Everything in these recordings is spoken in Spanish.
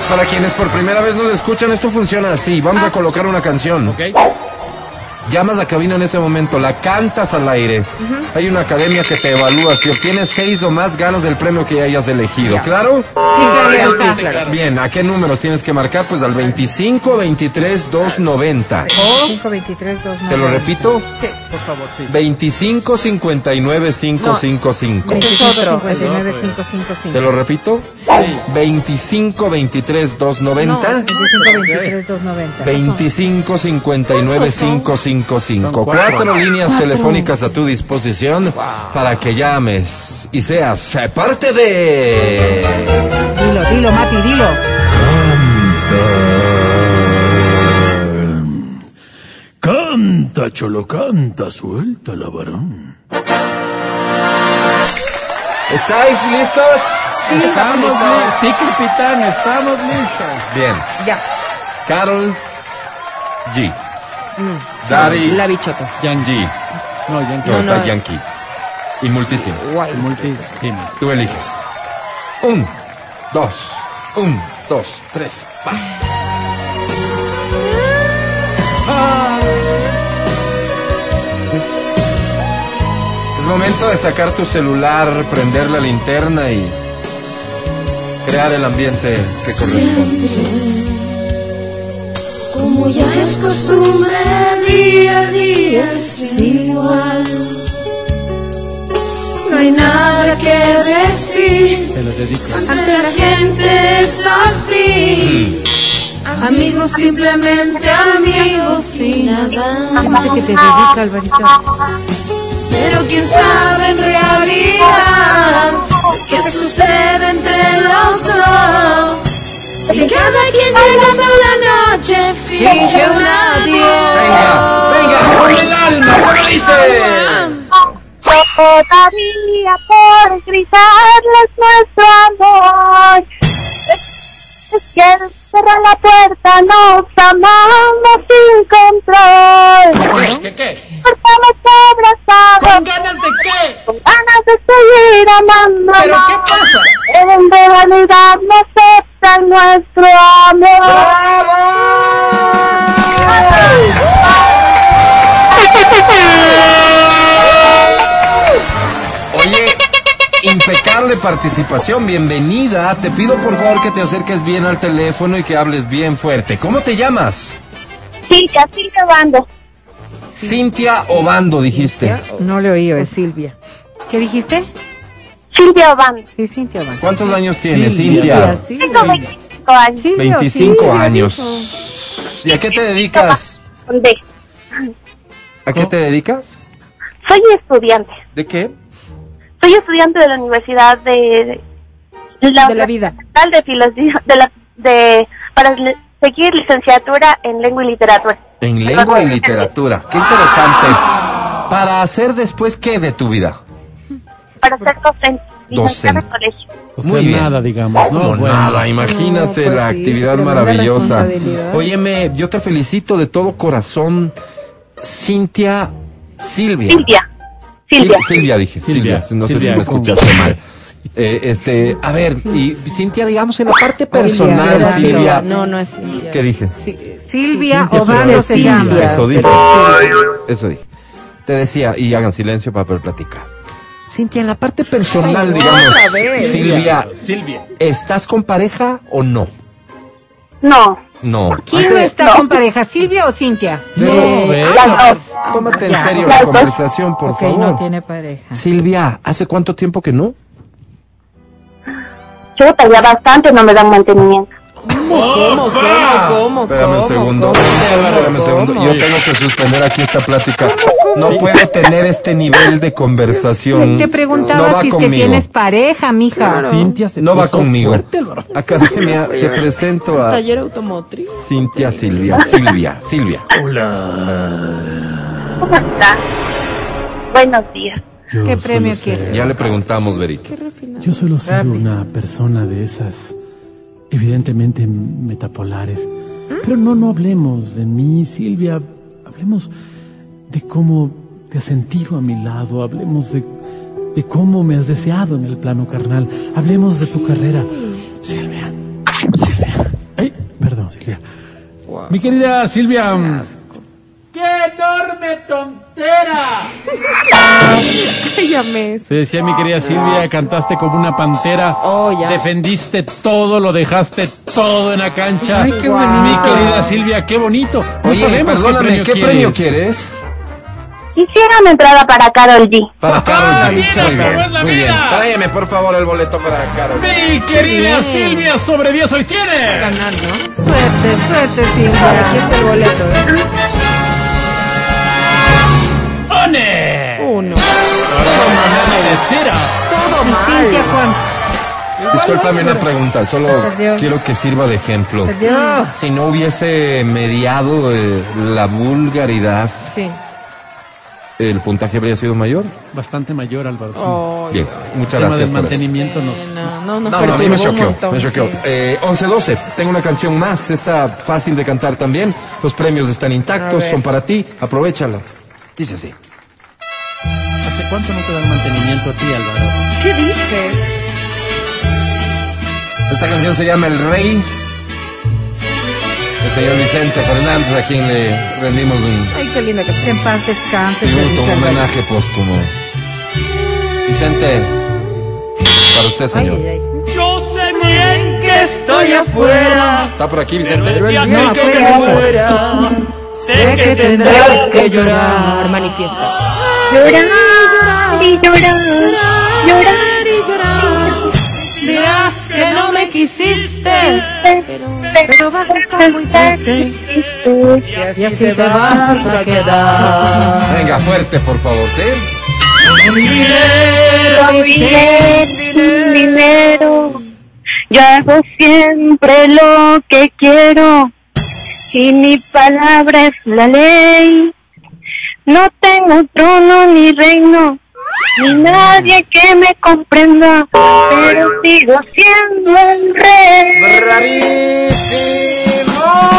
Para quienes por primera vez nos escuchan, esto funciona así. Vamos a colocar una canción. Ok. Llamas a cabina en ese momento, la cantas al aire. Hay una academia que te evalúa. Si obtienes 6 o más, ganas del premio que hayas elegido. ¿Claro? Sí, claro. Bien, ¿a qué números tienes que marcar? Pues al 25 23 290. 5, 23, 2, 9. ¿Te lo repito? Sí. Por favor, sí. 25 59 555. Ese es otro. 59, 555. ¿Te lo repito? Sí. 25 23 290. 25, 23, 290. 25 59 555. Son 4 líneas telefónicas a tu disposición para que llames y seas parte de... Dilo, Mati, dilo. Canta, cholo, canta, suelta la varón. ¿Estáis listos? Sí, Estamos listos. listos. Sí, capitán, estamos listos. Bien. Ya. Carol G. Daddy La bichota. G. No, Yankee. No, no. Yankee. Y multisims. Guay. Multisims. Tú eliges. 1, 2, 1, 2, 3. Va. Es momento de sacar tu celular, prender la linterna y crear el ambiente que corresponde. Como ya es costumbre, día a día es igual. No hay nada que decir, Te lo dedico. ante la gente es así. Amigos, simplemente amigos y nada Dice más. que te dedica, Alvarito. Pero quién sabe en realidad qué sucede entre los dos. Si cada quien llegando la noche finge un adiós. Venga, con el alma, ¿cómo dice? Todavía por gritarles nuestro amor. Es que al cerrar la puerta nos amamos sin control. ¿Qué? Estamos abrazados ¿Con ganas de qué? con ganas de seguir amando. ¿Pero qué pasa? En realidad no aceptan nuestro amor. Oye, impecable participación, bienvenida. Te pido por favor que te acerques bien al teléfono y que hables bien fuerte. ¿Cómo te llamas? Sí, ya sigue grabando. Cintia Obando, dijiste. No le oí, es Silvia. ¿Qué dijiste? Silvia Obando. Sí, Cintia Obando. ¿Cuántos años tienes, Silvia. Cintia? Tengo 25 años. Silvia, 25 Silvia, años. dijo. ¿Y a qué te dedicas? ¿Dónde? ¿A qué te dedicas? Soy estudiante. ¿De qué? Soy estudiante de la Universidad de la vida. Nacional de Filosofía, para seguir licenciatura en Lengua y Literatura. En lengua y literatura. Qué interesante. ¿Para hacer después qué de tu vida? Para ser docente. Licenciada en colegio. O sea, Muy bien. nada, digamos, ¿no? Como Bueno. nada, imagínate No, pues la sí, actividad tremenda maravillosa. responsabilidad. Óyeme, yo te felicito de todo corazón, Cintia Silvia. Silvia dije, Silvia. No sé si Silvia, me escuchaste mal. A ver, y Cintia, digamos en la parte personal, Silvia, Silvia. No es Silvia. ¿Qué dije? Silvia Cintia Obando se Silvia. llama. Eso dije. Pero Eso dije. Te decía, y hagan silencio para poder platicar. Cintia, en la parte personal, digamos, otra vez. Silvia, Silvia. ¿estás con pareja o no? No. No. ¿Quién no está con pareja, Silvia o Cintia? No, ve. Tómate en Ya. serio la conversación, por Ok, favor. no tiene pareja. Silvia, ¿hace cuánto tiempo que no? Chuta, ya bastante no me dan mantenimiento. ¿Cómo? Espérame un segundo. Espérame un segundo. Yo tengo que suspender aquí esta plática. No puedo tener este nivel de conversación. Te preguntaba No va si es que conmigo. tienes pareja, mija. Cintia se No va puso conmigo. fuerte, Álvaro. Academia, te presento a Taller automotriz. Cintia Silvia. Silvia. ¿Cómo está? Buenos días. Yo ¿Qué solo premio sé- quiere? Ya le preguntamos, Veri. Yo solo soy una persona de esas, evidentemente metapolares. Pero no hablemos de mí, Silvia. Hablemos de cómo te has sentido a mi lado. Hablemos de cómo me has deseado en el plano carnal. Hablemos de tu carrera. Silvia. Mi querida Silvia, ¡Qué enorme tontera! Ay, amé eso. te decía mi querida Silvia, cantaste como una pantera, Oh, ya. defendiste todo, lo dejaste todo en la cancha. Ay, qué bonito. Mi querida Silvia, qué bonito. No Oye, sabemos perdóname, ¿qué premio quieres? Quisiera una entrada para Karol G. Para Karol G. mira, Muy cómo bien, es la muy bien. vida. Tráeme, por favor, el boleto para Karol G. Mi querida bien. Silvia, sobre 10 hoy tiene. Ganar, ¿no? Suerte, suerte, Silvia. Aquí está el boleto, ¡One! Uno. Ahora de cera. Todo mal. Cintia, ¿cuánto? Discúlpame una pregunta, solo Perdió. quiero que sirva de ejemplo. Perdió. Si no hubiese mediado la vulgaridad, Sí. ¿el puntaje habría sido mayor? Bastante mayor, Álvaro. Sí. Oh, Bien, muchas El tema del gracias por eso. mantenimiento nos... No, a mí me choqueó, me choqueó. Sí. 11-12, tengo una canción más, está fácil de cantar también. Los premios están A intactos, ver. son para ti, aprovechala. Dice así. ¿Hace cuánto no te dan mantenimiento a ti, Álvaro? ¿Qué dices? Esta canción se llama El Rey. El señor Vicente Fernández, a quien le rendimos un Ay, qué linda que en paz descanse. tributo, Feliz un Navidad. homenaje póstumo. Vicente, para usted, Ay, señor. ay, ay. Yo sé bien que estoy afuera, ¿Está por aquí, pero Vicente? el día No, que afuera, me eso. muera, sé que tendrás que llorar. Manifiesta. Llorar y llorar, llorar y llorar. Dirás que no me quisiste, pero vas a estar muy triste. Y así te vas a quedar. Venga, fuerte, por favor, ¿sí? sin dinero. Yo hago siempre lo que quiero y mi palabra es la ley. No tengo trono ni reino, ni nadie que me comprenda, pero sigo siendo el rey. ¡Bravísimo!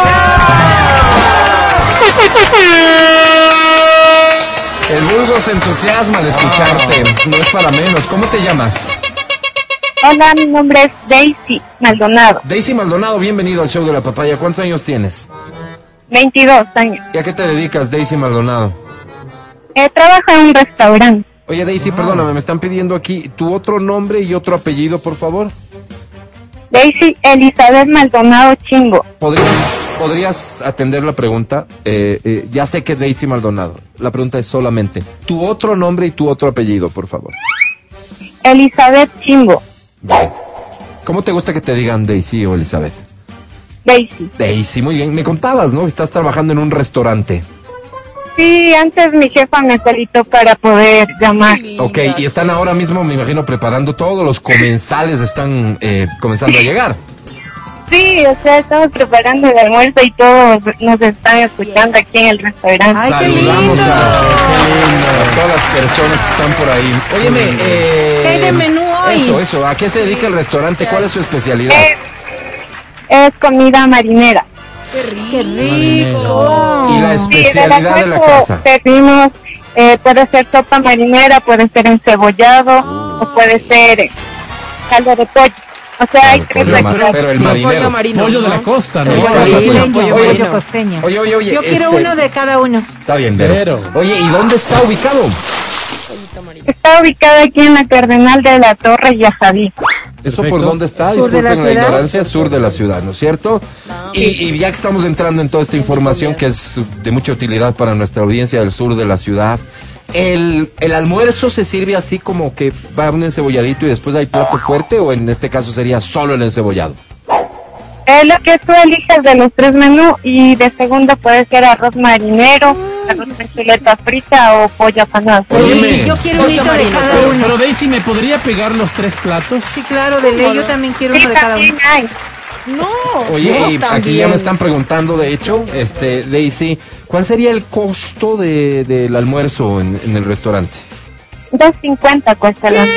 El vulgo se entusiasma al escucharte, no es para menos. ¿Cómo te llamas? Hola, mi nombre es Daisy Maldonado, Daisy Maldonado, bienvenido al show de la papaya. ¿Cuántos años tienes? 22 años. ¿Y a qué te dedicas, Daisy Maldonado? Trabajo en un restaurante. Oye, Daisy, perdóname, me están pidiendo aquí tu otro nombre y otro apellido, por favor. Daisy Elizabeth Maldonado Chimbo. ¿Podrías atender la pregunta? Ya sé que es Daisy Maldonado. La pregunta es solamente tu otro nombre y tu otro apellido, por favor. Elizabeth Chimbo. Bien. ¿Cómo te gusta que te digan Daisy o Elizabeth? Daisy. Daisy, muy bien. Me contabas, ¿no? Estás trabajando en un restaurante. Sí, antes mi jefa me solicitó para poder llamar. Ok, y están ahora mismo, me imagino, preparando todo. Los comensales están comenzando a llegar. Sí, o sea, estamos preparando el almuerzo y todos nos están escuchando aquí en el restaurante. Ay, qué Saludamos lindo. a todas las personas que están por ahí. Óyeme, ¿Qué hay de menú hoy? Eso, ¿a qué se dedica el restaurante? ¿Cuál es su especialidad? Es comida marinera. Qué rico. Y la Sí, del especialidad de la almuerzo casa. servimos, puede ser sopa marinera, puede ser encebollado o puede ser caldo de pollo. O sea, hay tres variedades. Pero el Pollo marinero. marino. Pollo de la costa, ¿no? El pollo Oye, costeño, oye, pollo costeño. Oye, Yo quiero uno de cada uno. Está bien, Vero. Oye, ¿y dónde está ubicado? Está ubicada aquí en la Cardenal de la Torre Yajaví. ¿Eso por Perfecto. dónde está? Sur de la Disculpen la ciudad. ignorancia, sur de la ciudad, ¿no es cierto? Y ya que estamos entrando en toda esta información que es de mucha utilidad para nuestra audiencia del sur de la ciudad, ¿el almuerzo se sirve así como que va un encebolladito y después hay plato fuerte o en este caso sería solo el encebollado? Lo que tú eliges de los tres menús y de segundo puede ser arroz marinero, arroz con chuleta frita o pollo apanado. Óyeme. Yo quiero un hito de cada Pero, uno. pero Daisy, ¿me podría pegar los 3 platos? Sí, claro, de ley. Yo también quiero Sí, uno de cada uno. también hay. Oye, y aquí ya me están preguntando, de hecho, Daisy, ¿cuál sería el costo del almuerzo en el restaurante? $2.50 cuesta la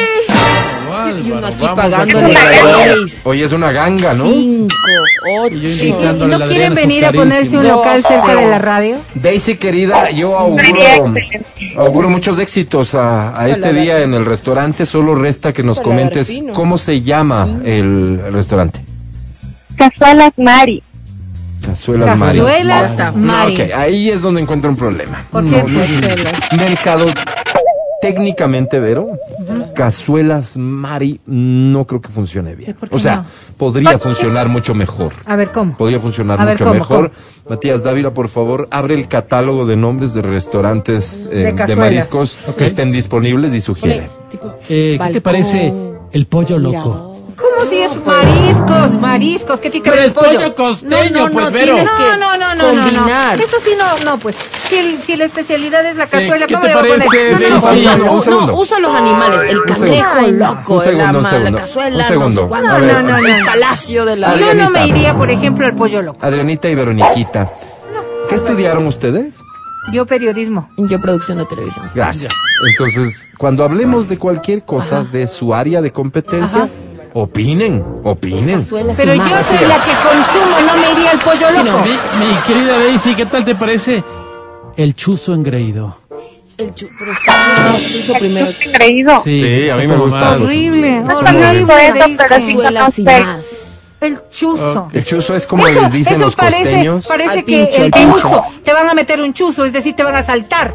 Y uno aquí vamos pagándole a comer. 6, Oye, es una ganga, ¿no? 5, Y yo 8. indicándole ¿No al quieren Adrián venir a sus ponerse un carísimos. local cerca 12. de la radio? Daisy, querida, yo auguro muchos éxitos a este día en el restaurante. Solo resta que nos Hola, comentes Garfino. cómo se llama el restaurante. Cazuelas Mari. Cazuelas Mari. Cazuelas Mari. Ok, ahí es donde encuentro un problema. ¿Por qué? Mercado, técnicamente, Vero, Cazuelas Mari no creo que funcione bien. ¿Por qué O sea, no? podría funcionar mucho mejor. A ver, ¿cómo? Podría funcionar A ver, mucho ¿cómo, mejor. Matías Dávila, por favor, abre el catálogo de nombres de restaurantes de cazuelas. mariscos que estén disponibles y sugiere. ¿Qué te parece el pollo loco? ¿Cómo si es mariscos? ¿Qué tiene que Pero ver el es pollo pollo? costeño, pues, Vero. tienes que No. combinar. Eso sí, no, pues. Si la especialidad es la cazuela, ¿qué ¿cómo te le voy a poner? parece, No, Daisy? Un segundo. usa los animales, el cangrejo Ay, no. loco, Un segundo, la cazuela, un segundo. no sé cuándo, A ver. el palacio de la... Yo no me Adrianita. iría, por ejemplo, al pollo loco. Adrianita y Veroniquita. ¿Qué estudiaron ustedes? Yo periodismo. Yo producción de televisión. Gracias. Entonces, cuando hablemos de cualquier cosa de su área de competencia, opinen. Cazuelas Pero y yo más. soy la que consumo, no me iría al pollo Sí, loco. no, Mi querida Daisy, ¿qué tal te parece el chuzo engreído? Pero está chuzo primero. Creído. Sí, a mí me como gusta. más- Horrible, No horrible. conozco eso, pero sí Cazuelas y conozco. más. El chuzo. El chuzo es como les dicen eso los costeños. parece Al que pincho, el al pincho. chuzo, te van a meter un chuzo, es decir, te van a saltar.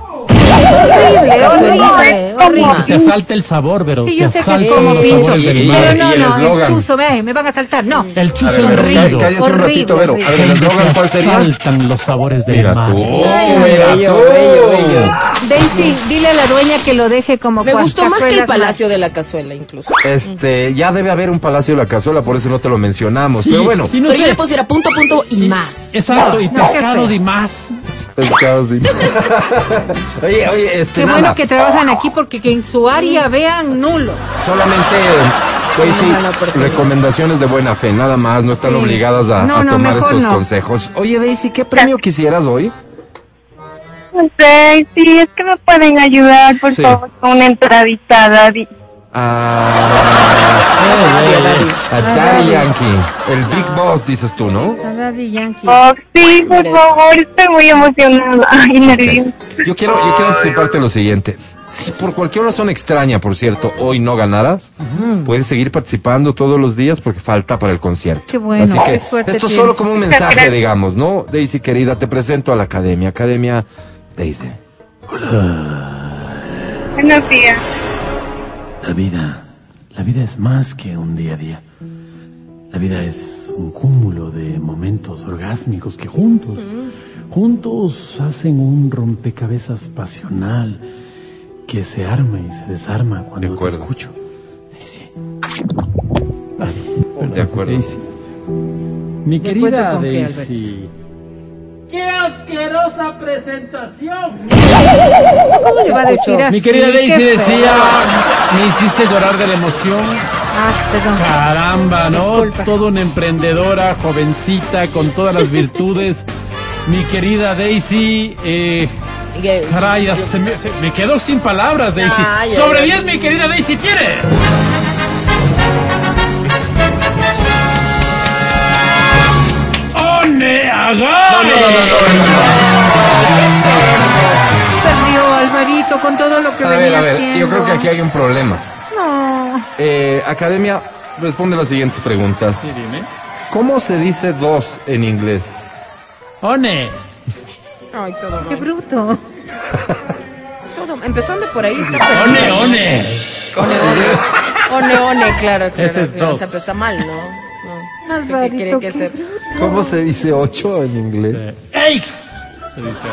Horrible. Te asalta el sabor, pero Sí, te yo sé que es asalta como los pincho, sabores del y- mar. pero no, y el el eslogan. chuzo, me van a saltar, no. El chuzo A ver, engreído. cállese un ratito, Vero. A ver, el Donde eslogan, te ¿cuál sería? asaltan los sabores del Mira mar. tú, Bello, mira tú. bello. Daisy, dile a la dueña que lo deje como Me gustó más que el cazuelas palacio de la cazuela, incluso. Ya debe haber un Palacio de la Cazuela, por eso no te lo mencionamos. Pero bueno, Y no Pero yo sé, le pusiera punto a punto y más. exacto, y No, pescados jefe. y más. pescados y- Oye, Qué nada. bueno que trabajan aquí porque que en su área vean nulo. Solamente, Daisy, Una oportunidad. recomendaciones de buena fe, nada más, no están Sí. obligadas a No, tomar mejor estos no. consejos. Oye, Daisy, ¿qué premio quisieras hoy? No sé, sí, es que me pueden ayudar, por Sí. favor, con una entradita, Daddy. A Daddy Yankee, el Big Boss, dices tú, ¿no? A Daddy Yankee. Oh, sí, por favor, estoy muy emocionada. Ay, nerviosa. Yo quiero anticiparte lo siguiente. Si por cualquier razón extraña, por cierto, hoy no ganaras, puedes seguir participando todos los días porque falta para el concierto. Qué bueno, Así que qué suerte esto es tienes. solo como un mensaje, digamos, ¿no? Daisy, querida, te presento a la academia. Academia Daisy. Buenos días. La vida es más que un día a día. La vida es un cúmulo de momentos orgásmicos que juntos hacen un rompecabezas pasional que se arma y se desarma De cuando te acuerdo. escucho. Daisy. Perdón, De acuerdo. Daisy. Mi ¿De querida acuerdo con qué, Daisy. ¡Qué asquerosa presentación! ¿Cómo se va a decir así? Mi querida Daisy Qué feo. decía, me hiciste llorar de la emoción. Ah, perdón. Caramba, ¿no? Disculpa. Toda una emprendedora, jovencita, con todas las virtudes. Mi querida Daisy, caray, hasta me quedo sin palabras, Daisy. Ay, ay, Sobre ay. 10, mi querida Daisy, tiene. ¡One, agarre! Perdió Alvarito con todo lo que A venía ver, haciendo. yo creo que aquí hay un problema. No. Academia, responde las siguientes preguntas. Sí, dime. ¿Cómo se dice dos en inglés? ¡One! Ay, todo Qué mal. bruto. Todo, empezando por ahí está ¡One, perdido. one! One, claro. Ese es claro. dos. O sea, pero está mal, ¿no? No. Alvarito, ¿Qué quiere que qué sea? bruto. ¿Cómo se dice 8 en inglés? ¡Ey! Se dice.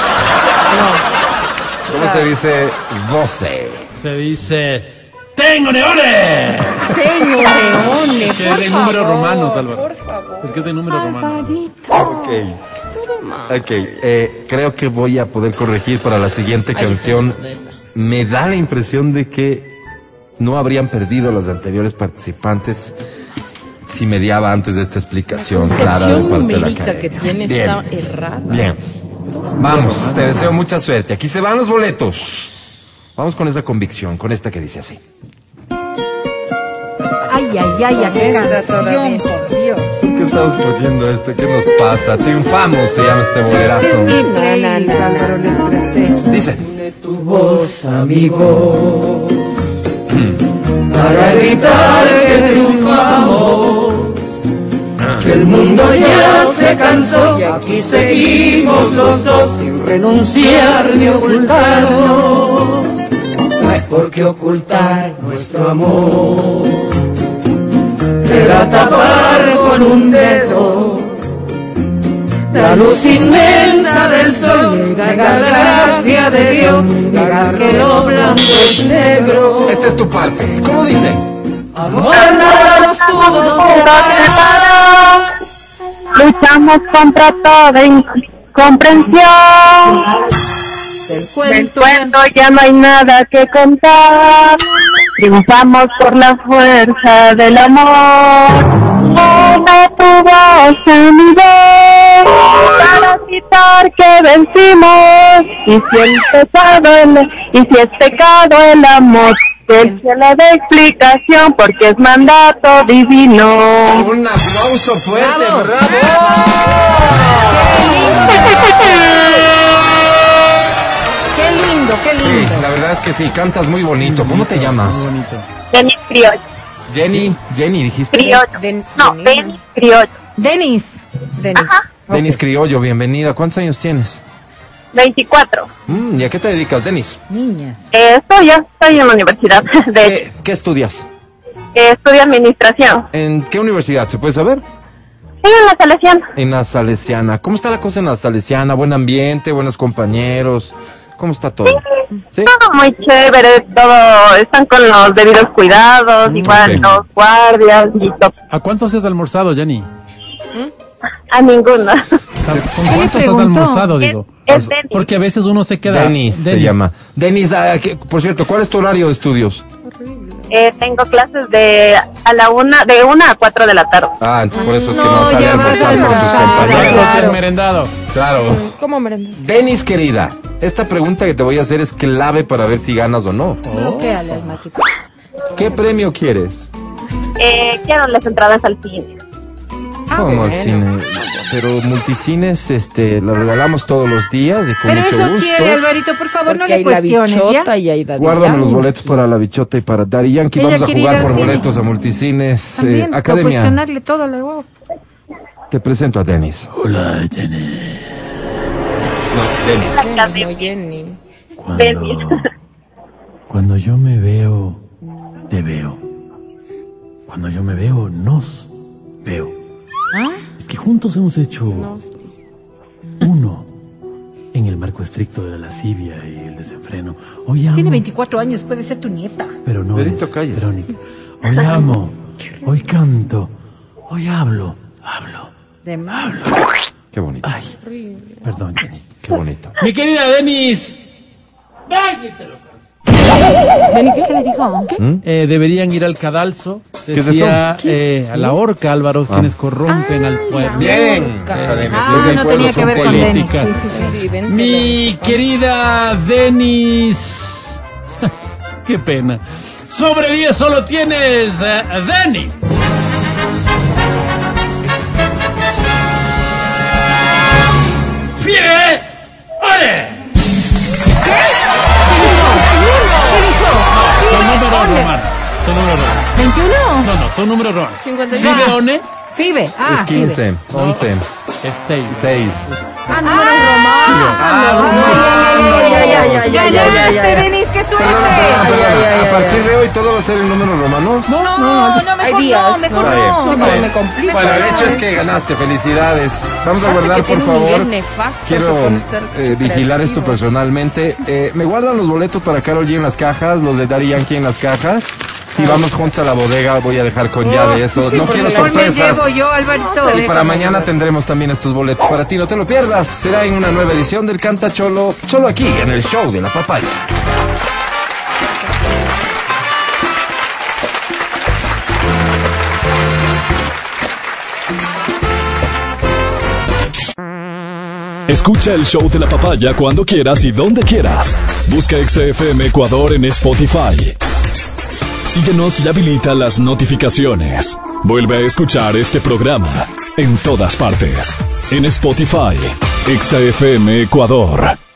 ¿Cómo se dice 12? Se dice. ¡Tengo neones! Tengo leones, Que por es de favor, números romanos, Álvaro. Por favor. Es que es de números romanos. Alvarito. Ok, creo que voy a poder corregir para la siguiente Ahí canción. está, ahí está. Me da la impresión de que no habrían perdido los anteriores participantes si mediaba antes de esta explicación clara de Concepción parte de la numérica que academia. tiene Bien, está errada. bien. Vamos, te deseo mucha suerte. Aquí se van los boletos. Vamos con esa convicción, con esta que dice así. Ay, ay, ay, ¿a qué Esta canción, todavía. por Dios. ¿Por qué estamos poniendo esto? ¿Qué nos pasa? Triunfamos, se llama este bolerazo. Playlist, Álvaro, les presté. Dice. Tu voz a mi voz para gritar que triunfamos, que el mundo ya se se cansó y aquí seguimos los dos sin renunciar ni ocultarnos. No hay por qué ocultar nuestro amor. Será tapar con un dedo la luz inmensa del sol, negar la gracia de Dios, negar que lo blanco es negro. Esta es tu parte. ¿Cómo dice? Amor nada nos pudo separar. Luchamos contra toda incomprensión. Del Del cuento cuento ya no hay nada que contar. Triunfamos por la fuerza del amor. Pone tu voz en mi voz para citar que vencimos. Y si es pecado el amor, que el cielo de explicación porque es mandato divino. Un aplauso fuerte, bravo. Qué lindo, qué Sí, lindo. la verdad es que sí, cantas muy bonito. ¿Cómo te llamas? Bonito. Denis Criollo. Jenny, dijiste. Criollo. No, Denis Criollo. Denis. Ajá. Denis Criollo, bienvenida. ¿Cuántos años tienes? 24. ¿Y a qué te dedicas, Denis? Niñas. Estoy en la universidad. ¿Qué estudias? Estudio administración. ¿En qué universidad? ¿Se puede saber? Sí, en la Salesiana. En la Salesiana. ¿Cómo está la cosa en la Salesiana? ¿Buen ambiente? ¿Buenos compañeros? ¿Cómo está todo? ¿Sí? Todo muy chévere, todo, están con los debidos cuidados, igual ok. los guardias y todo. ¿A cuántos has almorzado, Jenny? A ninguno. O sea, ¿con cuántos has almorzado, digo? Es Denis. Porque a veces uno se queda... Denis se llama. Denis, por cierto, ¿cuál es tu horario de estudios? Tengo clases de 1 a 4 de la tarde. Ah, entonces por eso es que No, no sale a ya almorzar vas a con sus almorzar. compañeros. Ya está merendado. Claro. ¿Cómo merendar? Denis, querida, esta pregunta que te voy a hacer es clave para ver si ganas o no. Bloqueale al mágico. ¿Qué premio quieres? Quiero las entradas al cine. Como al cine. Pero Multicines, lo regalamos todos los días y con Pero mucho eso gusto. quiere, Alvarito, por favor, no Porque le hay la cuestiones, bichota ¿ya? y hay Daddy Guárdame los Yankee. boletos para la bichota y para Daddy Yankee. Ella Vamos a quiere jugar ir al por cine. boletos a Multicines. También, para Academia, cuestionarle todo al huevo. te presento a Denis. Hola, Jenny. No, Denis. No, Jenny. Cuando yo me veo, te veo. Cuando yo me veo, nos veo. Es que juntos hemos hecho uno en el marco estricto de la lascivia y el desenfreno. Hoy amo, Tiene 24 años, puede ser tu nieta. pero no Benito, es cállese. Verónica. Hoy amo, hoy canto, hoy hablo. De más. Qué bonito. Ay, perdón, Jenny. Qué bonito. Mi querida Denis. ¿Qué le dijo? Deberían ir al cadalso. es eso? Decía, a la horca, Álvaro, quienes corrompen al pueblo. Bien, Academia. Ah, Los del no pueblo tenía que son ver con Denis. políticas. Sí, sí, sí. Sí, vente, Mi querida Denis. Qué pena. Sobre 10 solo tienes Denis. ¡Fie! ¡Ole! Son números romanos. Son números romanos. ¿21? No, son números romanos. 51. Fideone Fibe. Ah, Es 15, 11, es 6. 6. Ah, números romanos. Ya ganaste, Denis, qué suerte. A partir de hoy todo va a ser en números romanos. No, mejor Hay no, días. mejor Está bien. no. Sí, Está pero bien. me complica. Bueno, el hecho es que ganaste, felicidades. Vamos a guardar, por favor. Quiero vigilar esto personalmente. Me guardan los boletos para Karol G en las cajas, los de Daddy Yankee en las cajas. Y vamos juntos a la bodega, voy a dejar con llave eso. No quiero Mejor me sorpresas. llevo yo, Alvarito. Y para mañana tendremos también estos boletos para ti, no te lo pierdas. Será en una nueva edición del Canta Cholo, solo aquí en el show de la papaya. Escucha el show de la papaya cuando quieras y donde quieras. Busca XFM Ecuador en Spotify. Síguenos y habilita las notificaciones. Vuelve a escuchar este programa en todas partes. En Spotify, XFM Ecuador.